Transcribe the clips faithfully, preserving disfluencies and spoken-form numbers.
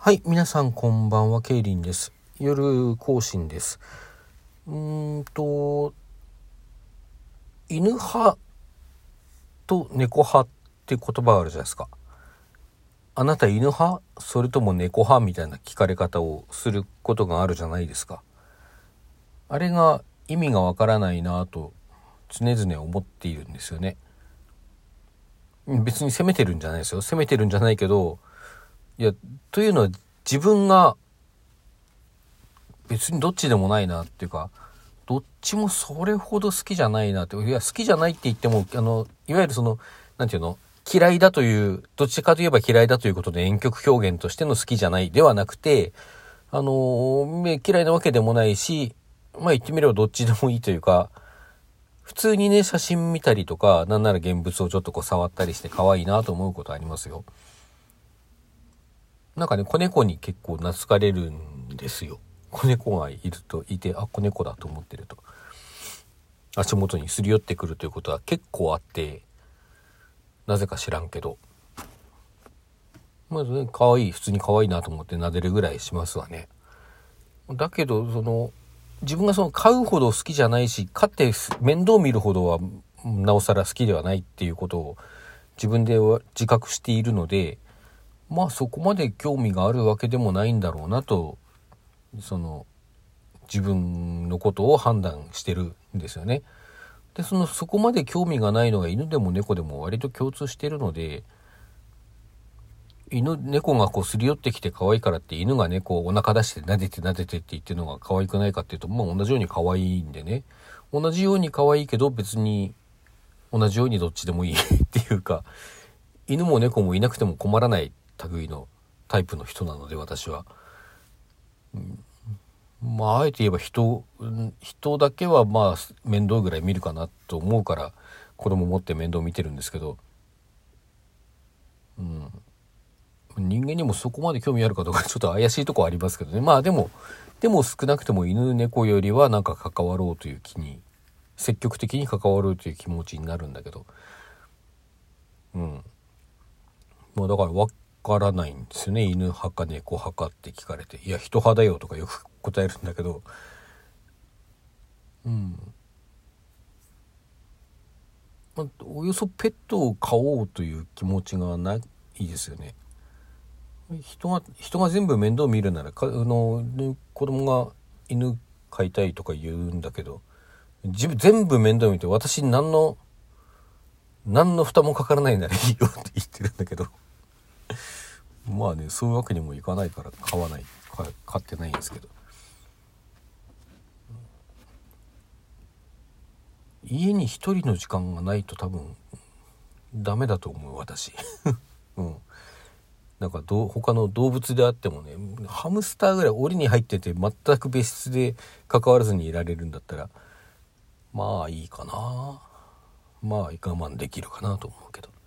はい、皆さんこんばんは、ケイリンです。夜更新です。うーんと犬派と猫派って言葉あるじゃないですか。あなた犬派それとも猫派みたいな聞かれ方をすることがあるじゃないですか。あれが意味がわからないなぁと常々思っているんですよね。別に責めてるんじゃないですよ。責めてるんじゃないけど、いや、というのは自分が別にどっちでもないなっていうか、どっちもそれほど好きじゃないなって、いや好きじゃないって言っても、あのいわゆるそのなんていうの、嫌いだという、どっちかといえば嫌いだということで婉曲表現としての好きじゃないではなくて、あの嫌いなわけでもないし、まあ言ってみればどっちでもいいというか、普通にね写真見たりとか、なんなら現物をちょっとこう触ったりして可愛いなと思うことありますよ。なんかね、子猫に結構懐かれるんですよ。子猫がいるといて、あ、子猫だと思ってると足元にすり寄ってくるということは結構あって、なぜか知らんけど、まずね、可愛い、普通に可愛いなと思って撫でるぐらいしますわね。だけどその自分がその飼うほど好きじゃないし、飼って面倒見るほどはなおさら好きではないっていうことを自分で自覚しているので、まあそこまで興味があるわけでもないんだろうなと、その自分のことを判断してるんですよね。で、そのそこまで興味がないのが犬でも猫でも割と共通してるので、犬猫がこうすり寄ってきて可愛いからって犬が猫をお腹出して撫でて撫でてって言ってるのが可愛くないかっていうと、まあ同じように可愛いんでね、同じように可愛いけど別に同じようにどっちでもいいっていうか、犬も猫もいなくても困らない類のタイプの人なので、私は、うん、まああえて言えば人人だけはまあ面倒ぐらい見るかなと思うから子供持って面倒見てるんですけど、うん、人間にもそこまで興味あるかどうかちょっと怪しいとこはありますけどね。まあでもでも少なくとも犬猫よりはなんか関わろうという気に、積極的に関わろうという気持ちになるんだけど、うんまあだから分からないんですよね。犬派か猫派かって聞かれて、いや人派だよとかよく答えるんだけど、うんまあ、およそペットを飼おうという気持ちがないですよね。人が人が全部面倒見るならかあの、ね、子供が犬飼いたいとか言うんだけど、自分全部面倒見て私に何の何の負担もかからないならいいよって言ってるんだけどまあね、そういうわけにもいかないから飼わない飼ってないんですけど、家に一人の時間がないと多分ダメだと思う私うんなんかど他の動物であってもね、ハムスターぐらい檻に入ってて全く別室で関わらずにいられるんだったらまあいいかな、まあ我慢できるかなと思うけど、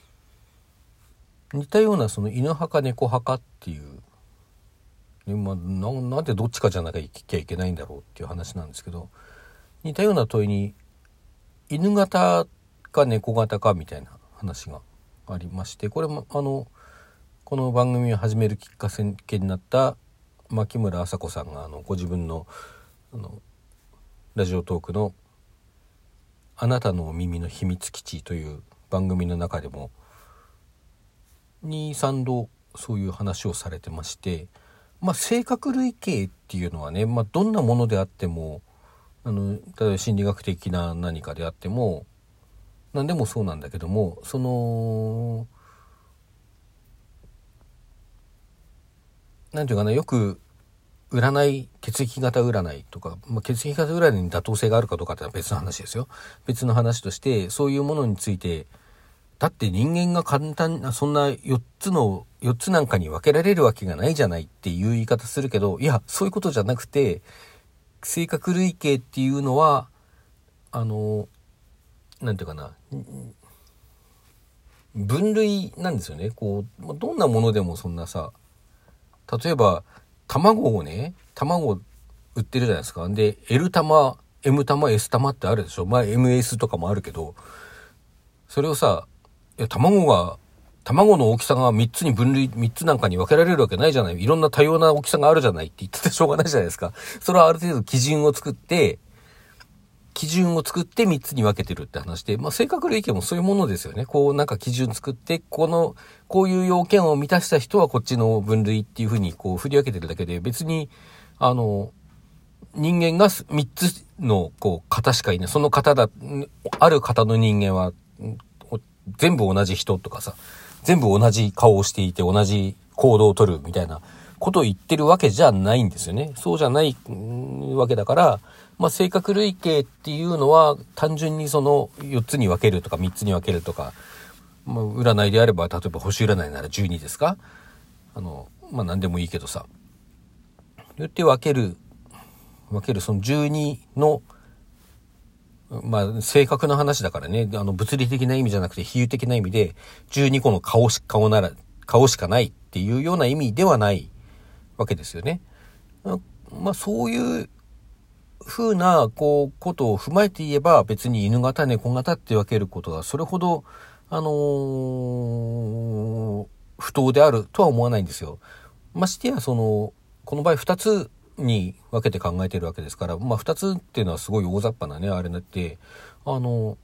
似たようなその犬派か猫派かっていう、ねまあ、な, なんでどっちかじゃなきゃいけないんだろうっていう話なんですけど、似たような問いに犬型か猫型かみたいな話がありまして、これもあのこの番組を始めるきっかけになった牧村麻子さんがあのご自分のあのラジオトークのあなたの耳の秘密基地という番組の中でもに、さんどそういう話をされてまして、まあ性格類型っていうのはね、まあどんなものであっても、あの例えば心理学的な何かであっても何でもそうなんだけども、そのなんていうかな、よく占い、血液型占いとか、まあ、血液型占いに妥当性があるかどうかってのは別の話ですよ。別の話として、そういうものについて、だって人間が簡単な、そんなよっつの、よっつなんかに分けられるわけがないじゃないっていう言い方するけど、いや、そういうことじゃなくて、性格類型っていうのは、あの、なんていうかな、分類なんですよね。こう、どんなものでもそんなさ、例えば、卵をね、卵売ってるじゃないですか。で、L 玉、M 玉、S 玉ってあるでしょ。まあ エムエス とかもあるけど、それをさ、いや卵が卵の大きさがみっつに分類、みっつなんかに分けられるわけないじゃない。いろんな多様な大きさがあるじゃないって言っててしょうがないじゃないですか。それはある程度基準を作って、基準を作ってみっつに分けてるって話で、まあ、性格類型もそういうものですよね。こうなんか基準作って、この、こういう要件を満たした人はこっちの分類っていうふうにこう振り分けてるだけで、別に、あの、人間がみっつのこう型しかいない。その型だ、ある型の人間は全部同じ人とかさ、全部同じ顔をしていて同じ行動をとるみたいなことを言ってるわけじゃないんですよね。そうじゃないわけだから、まあ、性格類型っていうのは単純にそのよっつに分けるとかみっつに分けるとか、まあ、占いであれば例えば星占いならじゅうにですか、あのまあ何でもいいけどさ、言って分ける分けるそのじゅうにのまあ性格の話だからね、あの物理的な意味じゃなくて比喩的な意味でじゅうにこの顔し顔なら顔しかないっていうような意味ではないわけですよね。まあそういう風なこうことを踏まえて言えば、別に犬型猫型って分けることはそれほどあのー、不当であるとは思わないんですよ。ましてやそのこの場合ふたつに分けて考えてるわけですから、まあふたつっていうのはすごい大雑把なねあれだって、あの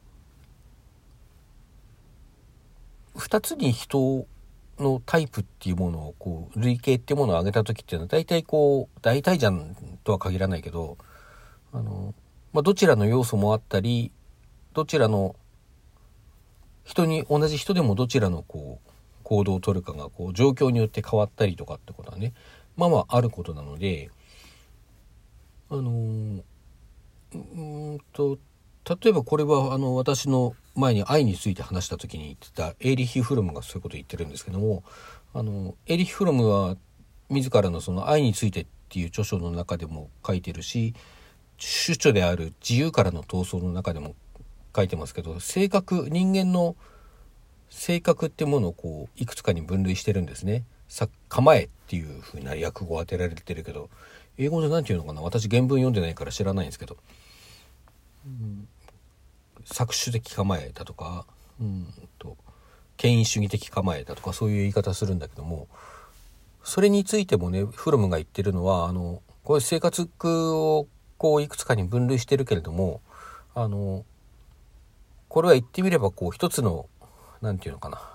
ふたつに人のタイプっていうものをこう類型っていうものを挙げた時っていうのは大体こう大体じゃんとは限らないけど、あの、まあ、どちらの要素もあったり、どちらの人に同じ人でもどちらのこう行動を取るかがこう状況によって変わったりとかってことはね、まあまああることなので、あのー、うーんと例えばこれはあの私の前に愛について話した時に言ってたエーリヒ・フロムがそういうことを言ってるんですけども、あのエーリヒ・フロムは自らのその愛についてっていう著書の中でも書いてるし、主著である自由からの闘争の中でも書いてますけど、性格、人間の性格ってものをこういくつかに分類してるんですね。さ構えっていう風な訳語を当てられてるけど、英語で何て言うのかな、私原文読んでないから知らないんですけど、うん、搾取的構えだとか、うんと権威主義的構えだとか、そういう言い方するんだけども、それについてもねフロムが言ってるのは、あのこれ性格をこういくつかに分類してるけれども、あのこれは言ってみればこう一つのなんていうのかな、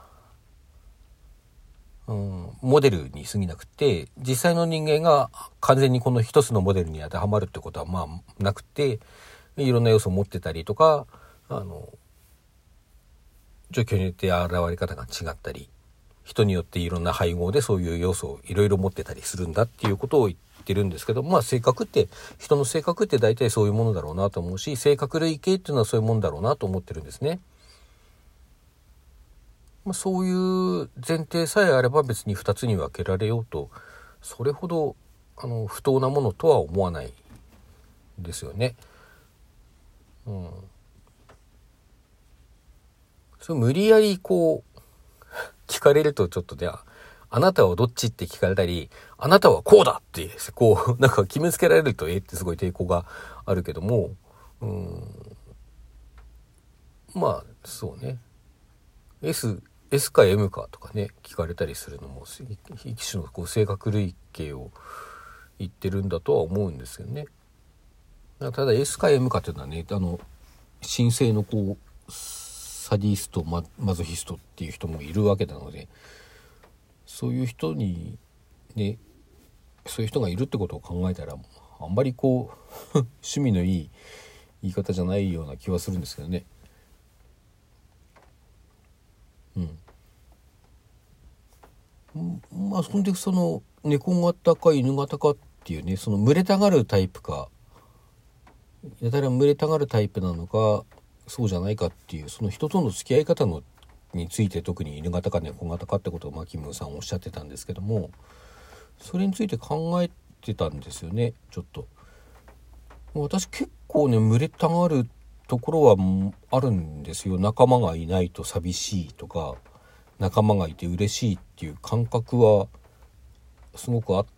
うん、モデルに過ぎなくて、実際の人間が完全にこの一つのモデルに当てはまるってことはまあなくて、いろんな要素を持ってたりとか、あの状況によって現れ方が違ったり、人によっていろんな配合でそういう要素をいろいろ持ってたりするんだっていうことを言ってるんですけど、まあ性格って、人の性格って大体そういうものだろうなと思うし、性格類型っていうのはそういうものだろうなと思ってるんですね。まあ、そういう前提さえあれば別にふたつに分けられようとそれほどあの不当なものとは思わないですよね。うん、それ無理やりこう聞かれるとちょっとね、あなたはどっちって聞かれたり、あなたはこうだってこうなんか決めつけられるとえってすごい抵抗があるけども、うん、まあそうね、 S S か M かとかね聞かれたりするのも一種のこう性格類型を言ってるんだとは思うんですけどね。ただ S か M かというのはね、あの神聖のこうサディスト マ, マゾヒストっていう人もいるわけなので、そういう人にね、そういう人がいるってことを考えたらあんまりこう趣味のいい言い方じゃないような気はするんですけどね。うん、まあそんでその猫型か犬型かっていうね、その群れたがるタイプかやたら群れたがるタイプなのかそうじゃないかっていう、その人との付き合い方のについて特に犬型か猫型かってことをマキムさんおっしゃってたんですけども、それについて考えてたんですよね。ちょっと私結構ね群れたがるところはあるんですよ。仲間がいないと寂しいとか、仲間がいて嬉しいっていう感覚はすごくあって、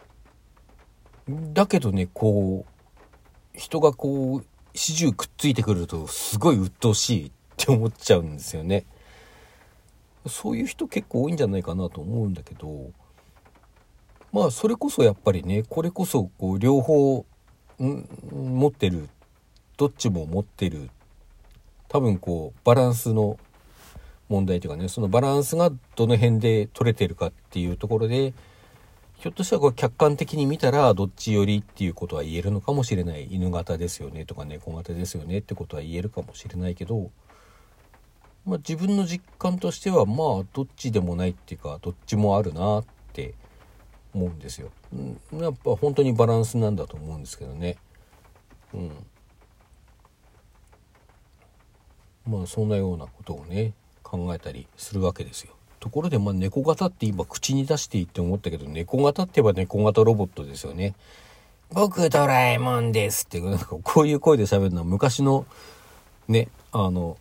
だけどねこう人がこう始終くっついてくるとすごい鬱陶しいって思っちゃうんですよね。 そういう人結構多いんじゃないかなと思うんだけど、まあそれこそやっぱりね、これこそこう両方ん持ってる、どっちも持ってる、多分こうバランスの問題というかね、そのバランスがどの辺で取れてるかっていうところで、ひょっとしたらこう客観的に見たらどっち寄りっていうことは言えるのかもしれない。犬型ですよねとか猫型ですよねってことは言えるかもしれないけど、まあ、自分の実感としてはまあどっちでもないっていうか、どっちもあるなって思うんですよ。うん、やっぱ本当にバランスなんだと思うんですけどね。うん。まあそんなようなことをね考えたりするわけですよ。ところでまあ猫型って今口に出していいって思ったけど、猫型って言えば猫型ロボットですよね。僕ドラえもんですってなんかこういう声で喋るのは昔のね、あの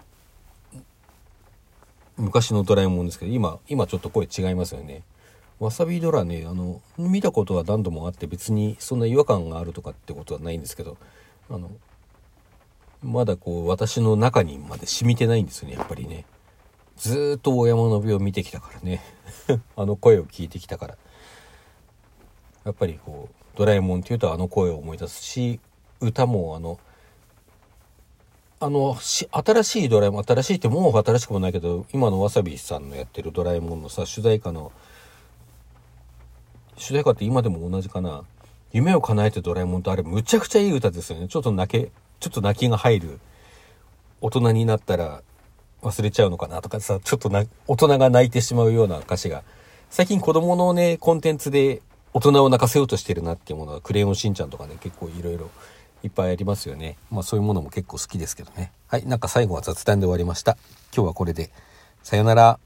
昔のドラえもんですけど、今今ちょっと声違いますよね。わさびドラね、あの見たことは何度もあって別にそんな違和感があるとかってことはないんですけど、あのまだこう私の中にまで染みてないんですよね、やっぱりね。ずーっと大山のびを見てきたからねあの声を聞いてきたから、やっぱりこうドラえもんっていうとあの声を思い出すし、歌もあのあのし新しいドラえもん、新しいってもう新しくもないけど、今のわさびさんのやってるドラえもんのさ、主題歌の主題歌って今でも同じかな、夢を叶えてドラえもんと、あれむちゃくちゃいい歌ですよね。ちょっと泣けちょっと泣きが入る、大人になったら忘れちゃうのかなとかさ、ちょっとな大人が泣いてしまうような歌詞が、最近子供のねコンテンツで大人を泣かせようとしてるなっていうものは、クレヨンしんちゃんとかね、結構いろいろいっぱいありますよね。まあそういうものも結構好きですけどね。はい、なんか最後は雑談で終わりました。今日はこれでさよなら。